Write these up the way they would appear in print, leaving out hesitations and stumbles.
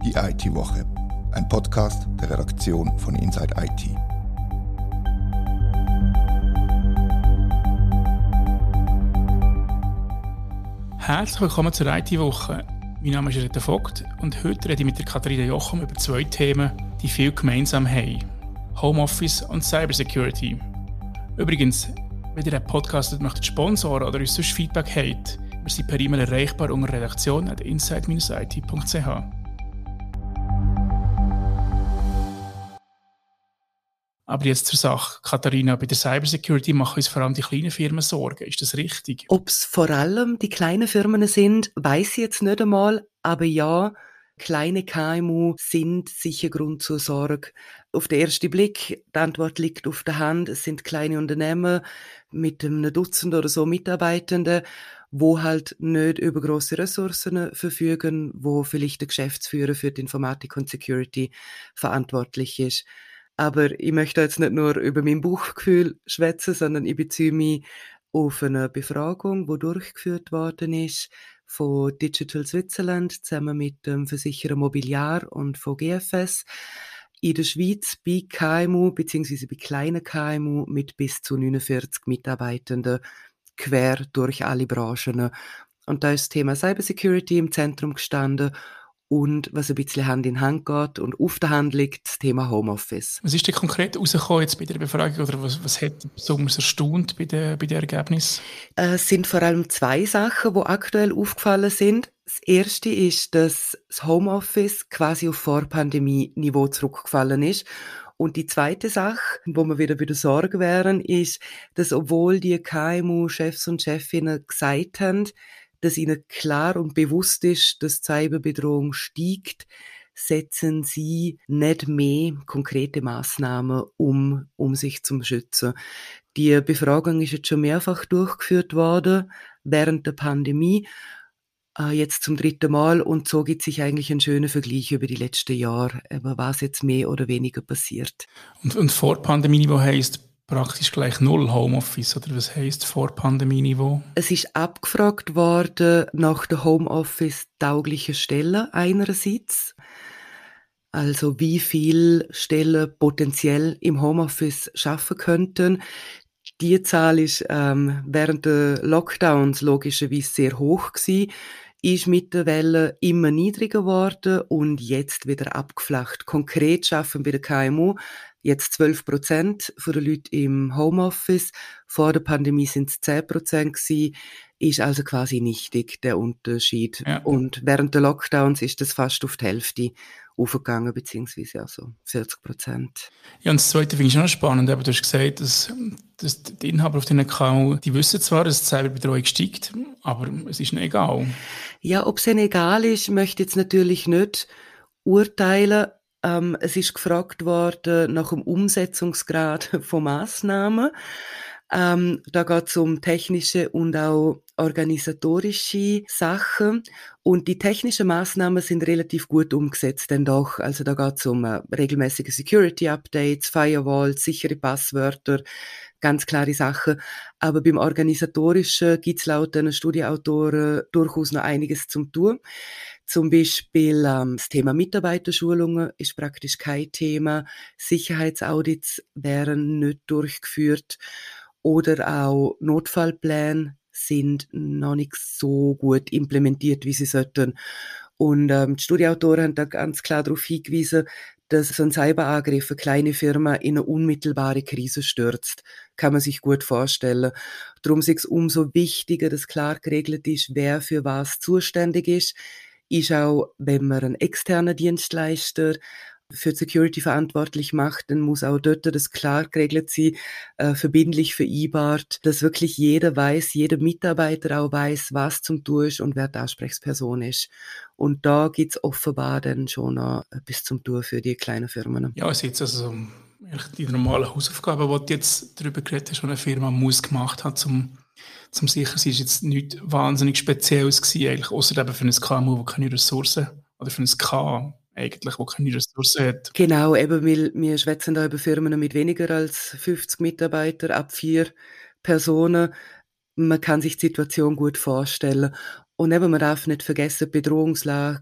Die IT-Woche, ein Podcast der Redaktion von Inside IT. Herzlich willkommen zur IT-Woche. Mein Name ist Rita Vogt und heute rede ich mit der Katharina Jochum über zwei Themen, die viel gemeinsam haben: Homeoffice und Cybersecurity. Übrigens, wenn ihr den Podcast möchtet sponsoren oder uns sonst Feedback habt, wir sind per E-Mail erreichbar unter redaktion@inside-it.ch. Aber jetzt zur Sache. Katharina, bei der Cybersecurity machen uns vor allem die kleinen Firmen Sorgen. Ist das richtig? Ob es vor allem die kleinen Firmen sind, weiss ich jetzt nicht einmal. Aber ja, kleine KMU sind sicher Grund zur Sorge. Auf den ersten Blick, die Antwort liegt auf der Hand. Es sind kleine Unternehmen mit einem Dutzend oder so Mitarbeitenden, wo halt nicht über grosse Ressourcen verfügen, wo vielleicht der Geschäftsführer für die Informatik und Security verantwortlich ist. Aber ich möchte jetzt nicht nur über mein Bauchgefühl schwätzen, sondern ich beziehe mich auf eine Befragung, die durchgeführt worden ist von Digital Switzerland zusammen mit dem Versicherer Mobiliar und von GFS in der Schweiz bei KMU bzw. bei kleinen KMU mit bis zu 49 Mitarbeitenden quer durch alle Branchen. Und da ist das Thema Cybersecurity im Zentrum gestanden und was ein bisschen Hand in Hand geht und auf der Hand liegt, das Thema Homeoffice. Was ist denn konkret rausgekommen jetzt bei der Befragung oder was hat dich besonders erstaunt bei den Ergebnissen? Es sind vor allem zwei Sachen, die aktuell aufgefallen sind. Das erste ist, dass das Homeoffice quasi auf Vor-Pandemie-Niveau zurückgefallen ist. Und die zweite Sache, wo wir wieder bei der Sorge wären, ist, dass obwohl die KMU-Chefs und Chefinnen gesagt haben, dass ihnen klar und bewusst ist, dass die Cyberbedrohung steigt, setzen sie nicht mehr konkrete Massnahmen um sich zu schützen. Die Befragung ist jetzt schon mehrfach durchgeführt worden während der Pandemie, jetzt zum 3. Mal, und so gibt sich eigentlich ein schöner Vergleich über die letzten Jahre, was jetzt mehr oder weniger passiert. Und vor Pandemieniveau heisst praktisch gleich null Homeoffice, oder was heisst vor Pandemieniveau? Es ist abgefragt worden nach der Homeoffice-tauglichen Stellen einerseits. Also wie viele Stellen potenziell im Homeoffice schaffen könnten. Die Zahl ist während der Lockdowns logischerweise sehr hoch gewesen, ist mit der Welle immer niedriger geworden und jetzt wieder abgeflacht. Konkret schaffen bei der KMU jetzt 12% von den Leuten im Homeoffice. Vor der Pandemie sind es 10% gewesen. Ist also quasi nichtig, der Unterschied. Ja. Und während der Lockdowns ist das fast auf die Hälfte aufgegangen, beziehungsweise also 40%. Ja, und das Zweite finde ich schon spannend. Aber du hast gesagt, dass die Inhaber auf den KMU, die wissen zwar, dass die Cyberbedrohung steigt, aber es ist ihnen egal. Ja, ob es ihnen egal ist, möchte ich jetzt natürlich nicht urteilen. Es ist gefragt worden nach dem Umsetzungsgrad von Massnahmen. Da geht es um technische und auch organisatorische Sachen. Und die technischen Massnahmen sind relativ gut umgesetzt, denn doch. Also da geht es um regelmäßige Security-Updates, Firewalls, sichere Passwörter, ganz klare Sachen. Aber beim Organisatorischen gibt es laut den Studienautoren durchaus noch einiges zum tun. Zum Beispiel das Thema Mitarbeiterschulungen ist praktisch kein Thema. Sicherheitsaudits wären nicht durchgeführt. Oder auch Notfallpläne sind noch nicht so gut implementiert, wie sie sollten. Und die Studienautoren haben da ganz klar darauf hingewiesen, dass so ein Cyberangriff eine kleine Firma in eine unmittelbare Krise stürzt. Kann man sich gut vorstellen. Darum ist es umso wichtiger, dass klar geregelt ist, wer für was zuständig ist. Ist auch, wenn man einen externen Dienstleister für die Security verantwortlich macht, dann muss auch dort das klar geregelt sein, verbindlich vereinbart, dass wirklich jeder weiß, jeder Mitarbeiter auch weiß, was zum Tun ist und wer die Ansprechperson ist. Und da gibt's offenbar dann schon noch etwas zum Tun für die kleinen Firmen. Ja, es ist jetzt also die normalen Hausaufgaben, die du jetzt darüber geredet hast, die eine Firma muss gemacht hat, zum sicher sein, ist jetzt nichts wahnsinnig Spezielles gewesen, eigentlich, ausser eben für ein KMU, das keine Ressourcen, oder für ein K eigentlich, wo keine Ressourcen hat. Genau, eben, wir schwätzen da über Firmen mit weniger als 50 Mitarbeitern, ab 4 Personen. Man kann sich die Situation gut vorstellen. Und eben, man darf nicht vergessen, die Bedrohungslage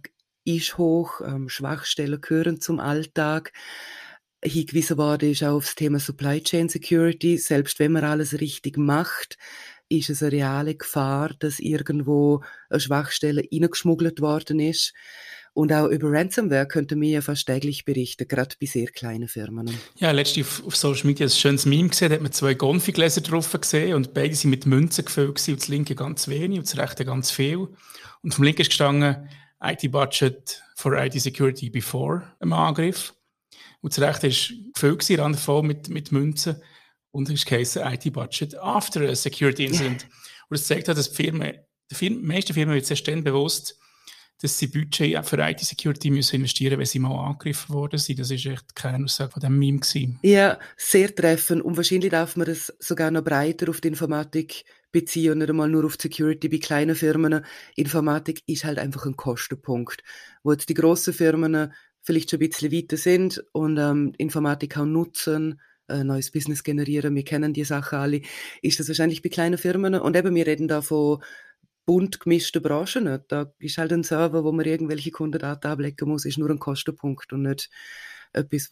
ist hoch, Schwachstellen gehören zum Alltag. Hingewiesen worden ist auch auf das Thema Supply Chain Security. Selbst wenn man alles richtig macht, ist es eine reale Gefahr, dass irgendwo eine Schwachstelle reingeschmuggelt worden ist. Und auch über Ransomware könnten wir ja fast täglich berichten, gerade bei sehr kleinen Firmen. Ja, letztens auf Social Media ein schönes Meme gesehen, da hat man 2 Gonfi-Gläser drauf gesehen und beide sind mit Münzen gefüllt gewesen, und das linke ganz wenig und das rechte ganz viel. Und vom linken ist gestanden, IT-Budget for IT-Security before einem Angriff. Und das rechte ist gefüllt gewesen, voll mit Münzen. Und es geheißen IT-Budget after a security incident. Und das zeigt halt, dass die meisten Firmen wird sich dann bewusst, dass sie Budget für IT-Security müssen investieren, wenn sie mal angegriffen worden sind. Das war echt die Kernaussage von diesem Meme gewesen. Ja, sehr treffend. Und wahrscheinlich darf man das sogar noch breiter auf die Informatik beziehen und nicht einmal nur auf die Security bei kleinen Firmen. Informatik ist halt einfach ein Kostenpunkt, wo jetzt die grossen Firmen vielleicht schon ein bisschen weiter sind und Informatik auch nutzen, neues Business generieren. Wir kennen die Sachen alle. Ist das wahrscheinlich bei kleinen Firmen. Und eben, wir reden da von bunt gemischten Branchen. Da ist halt ein Server, wo man irgendwelche Kundendaten ablegen muss, ist nur ein Kostenpunkt und nicht etwas,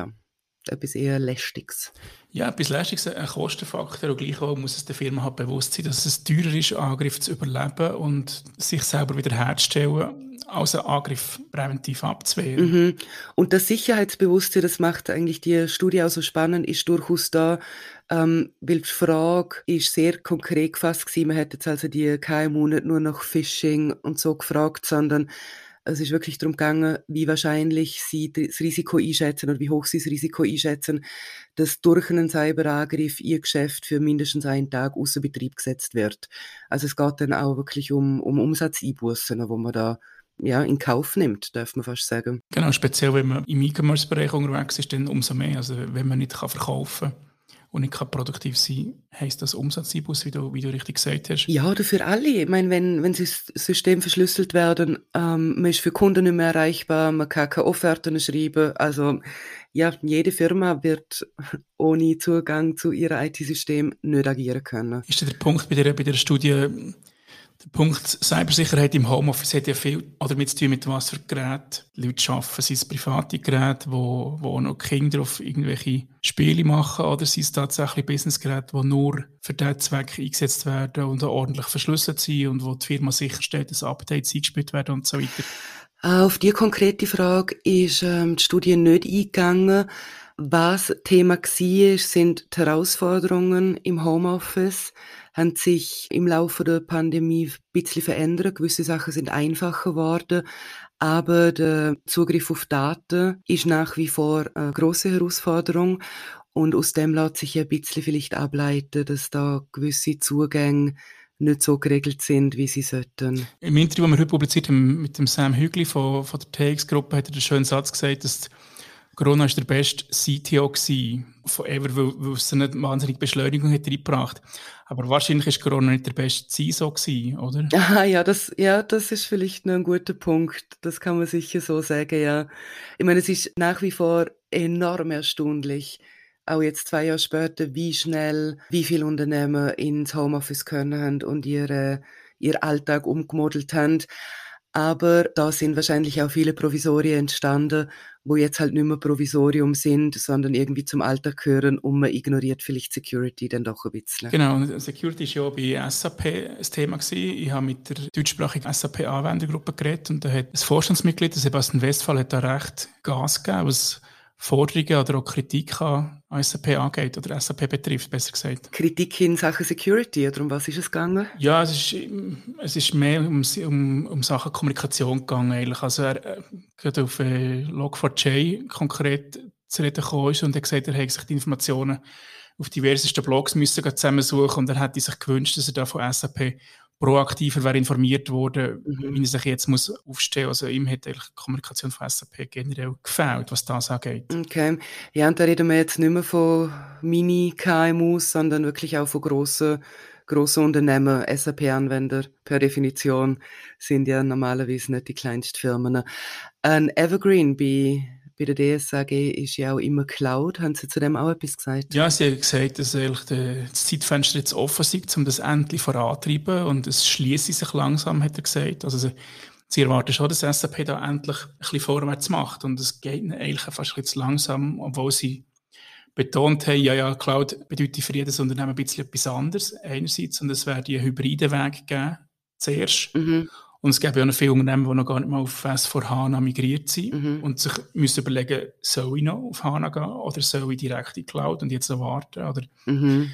etwas eher Lästiges. Ja, etwas Lästiges, ein Kostenfaktor, und gleichwohl muss es der Firma halt bewusst sein, dass es teurer ist, einen Angriff zu überleben und sich selber wieder herzustellen, als einen Angriff präventiv abzuwehren. Mhm. Und das Sicherheitsbewusstsein, das macht eigentlich die Studie auch so spannend, ist durchaus da, weil die Frage ist sehr konkret gefasst gewesen. Man hat jetzt also die KMU nicht nur nach Phishing und so gefragt, sondern es ist wirklich darum gegangen, wie wahrscheinlich sie das Risiko einschätzen oder wie hoch sie das Risiko einschätzen, dass durch einen Cyberangriff ihr Geschäft für mindestens einen Tag außer Betrieb gesetzt wird. Also es geht dann auch wirklich um Umsatzeinbußen, wo man da in Kauf nimmt, darf man fast sagen. Genau, speziell wenn man im E-Commerce-Bereich unterwegs ist, dann umso mehr. Also wenn man nicht verkaufen kann und nicht produktiv sein kann, heisst das Umsatzeinbuß, wie du richtig gesagt hast. Ja, oder für alle. Ich meine, wenn Systeme verschlüsselt werden, man ist für Kunden nicht mehr erreichbar, man kann keine Offerten schreiben. Also ja, jede Firma wird ohne Zugang zu ihrem IT-System nicht agieren können. Ist der Punkt bei der Studie, der Punkt Cybersicherheit im Homeoffice hat ja viel damit zu tun, mit was für Geräten Leute arbeiten. Sind es private Geräte, wo noch Kinder auf irgendwelche Spiele machen, oder sind es tatsächlich Businessgeräte, die nur für diesen Zweck eingesetzt werden und ordentlich verschlüsselt sind und wo die Firma sicherstellt, dass Updates eingespielt werden und so weiter? Auf die konkrete Frage ist die Studie nicht eingegangen. Was Thema war, sind die Herausforderungen im Homeoffice, haben sich im Laufe der Pandemie ein bisschen verändert. Gewisse Sachen sind einfacher geworden, aber der Zugriff auf Daten ist nach wie vor eine grosse Herausforderung. Und aus dem lässt sich ein bisschen vielleicht ableiten, dass da gewisse Zugänge nicht so geregelt sind, wie sie sollten. Im Interview, das wir heute publiziert haben mit dem Sam Hügli von der TX-Gruppe, hat er einen schönen Satz gesagt, dass Corona war der beste CTO von ever, weil es eine wahnsinnige Beschleunigung hat reingebracht. Aber wahrscheinlich ist Corona nicht der beste CISO gewesen, oder? Aha, das ist vielleicht noch ein guter Punkt. Das kann man sicher so sagen, ja. Ich meine, es ist nach wie vor enorm erstaunlich, auch jetzt 2 Jahre später, wie schnell, wie viele Unternehmen ins Homeoffice können haben und ihr Alltag umgemodelt haben. Aber da sind wahrscheinlich auch viele Provisorien entstanden, wo jetzt halt nicht mehr Provisorium sind, sondern irgendwie zum Alltag gehören und man ignoriert vielleicht Security dann doch ein bisschen. Genau, und Security war ja bei SAP ein Thema gewesen. Ich habe mit der deutschsprachigen SAP-Anwendergruppe geredet und da hat das Vorstandsmitglied, Sebastian Westphal, hat da recht Gas gegeben, was Forderungen oder auch Kritik an SAP angeht oder SAP betrifft, besser gesagt. Kritik in Sachen Security, oder um was ist es gegangen? Ja, es ist mehr um Sachen Kommunikation gegangen eigentlich. Also er gerade auf Log4j konkret zu reden gekommen ist und er hat gesagt, er hätte sich die Informationen auf diversesten Blogs müssen zusammensuchen und er hätte sich gewünscht, dass er da von SAP proaktiver wäre informiert worden, wie er sich jetzt muss aufstellen muss. Also ihm hat eigentlich die Kommunikation von SAP generell gefällt, was das angeht. Okay. Ja, und da reden wir jetzt nicht mehr von Mini-KMUs, sondern wirklich auch von grossen Unternehmen. SAP-Anwender per Definition sind ja normalerweise nicht die kleinsten Firmen. Ein Evergreen bei der DSAG ist ja auch immer Cloud. Haben Sie zu dem auch etwas gesagt? Ja, sie haben gesagt, dass eigentlich das Zeitfenster jetzt offen ist, um das endlich voranzutreiben und es schließt sich langsam, hat er gesagt. Also Sie erwarten schon, dass SAP da endlich ein bisschen vorwärts macht. Und es geht ihnen eigentlich fast ein bisschen zu langsam, obwohl sie betont haben, ja, Cloud bedeutet für jedes Unternehmen ein bisschen etwas anderes. Einerseits, und es werde einen hybriden Weg geben, zuerst. Mhm. Und es gibt ja noch viele Unternehmen, die noch gar nicht mal auf S4HANA migriert sind und sich müssen überlegen, soll ich noch auf HANA gehen oder soll ich direkt in die Cloud und jetzt noch warten? Oder eben,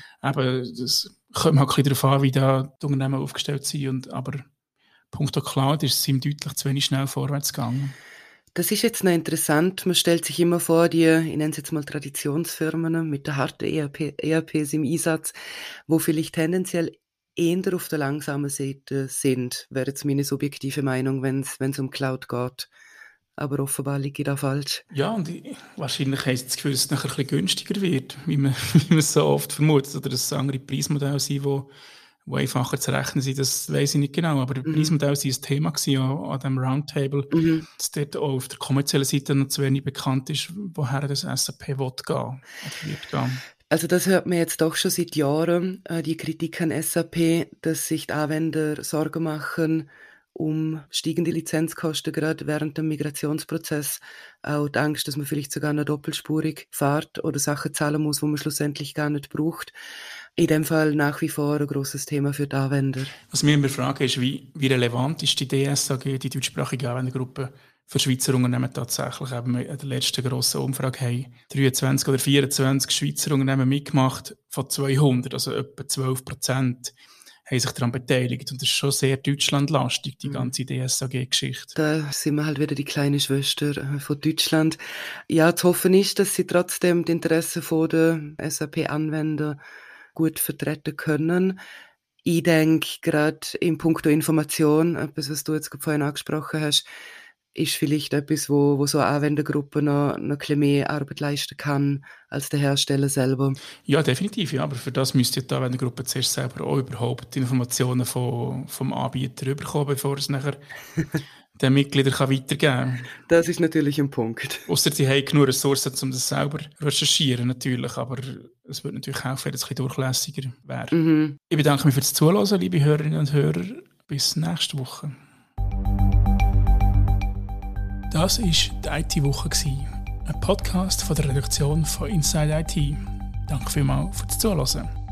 das kommt halt ein bisschen darauf an, wie da die Unternehmen aufgestellt sind. Aber punkto Cloud ist es ihm deutlich zu wenig schnell vorwärts gegangen. Das ist jetzt noch interessant. Man stellt sich immer vor, ich nenne es jetzt mal Traditionsfirmen mit der harten ERPs im Einsatz, wo vielleicht tendenziell eher auf der langsamen Seite sind, wäre jetzt meine subjektive Meinung, wenn es um Cloud geht. Aber offenbar liege ich da falsch. Ja, und wahrscheinlich haben sie das Gefühl, dass es nachher ein bisschen günstiger wird, wie man es so oft vermutet. Oder dass es andere Preismodelle sind, die einfacher zu rechnen sind, das weiss ich nicht genau. Aber Preismodelle war ein Thema an diesem Roundtable, dass dort auch auf der kommerziellen Seite noch zu wenig bekannt ist, woher das SAP will gehen oder wird gehen. Also das hört man jetzt doch schon seit Jahren, die Kritik an SAP, dass sich die Anwender Sorgen machen um steigende Lizenzkosten, gerade während dem Migrationsprozess. Auch die Angst, dass man vielleicht sogar noch doppelspurig fährt oder Sachen zahlen muss, die man schlussendlich gar nicht braucht. In dem Fall nach wie vor ein grosses Thema für die Anwender. Was wir immer fragen ist, wie relevant ist die DSAG, die deutschsprachige Anwendergruppe, für Schweizer Unternehmen tatsächlich. Eben in der letzten grossen Umfrage haben 23 oder 24 Schweizer Unternehmen mitgemacht von 200, also etwa 12%. Haben sich daran beteiligt. Und das ist schon sehr deutschlandlastig, die ganze DSAG-Geschichte. Da sind wir halt wieder die kleine Schwester von Deutschland. Ja, zu hoffen ist, dass sie trotzdem die Interessen der SAP-Anwender gut vertreten können. Ich denke, gerade in puncto Information, etwas, was du jetzt vorhin angesprochen hast, ist vielleicht etwas, wo so eine Anwendergruppe noch ein bisschen mehr Arbeit leisten kann als der Hersteller selber. Ja, definitiv, ja. Aber für das müsste die Anwendergruppe zuerst selber auch überhaupt Informationen vom Anbieter bekommen, bevor es nachher den Mitgliedern weitergeben kann. Das ist natürlich ein Punkt. Ausser sie haben genug Ressourcen, um das selber zu recherchieren, natürlich. Aber es würde natürlich helfen, wenn es ein bisschen durchlässiger wäre. Ich bedanke mich fürs Zuhören, liebe Hörerinnen und Hörer. Bis nächste Woche. Das war die IT-Woche, ein Podcast von der Redaktion von Inside IT. Danke vielmals fürs Zuhören.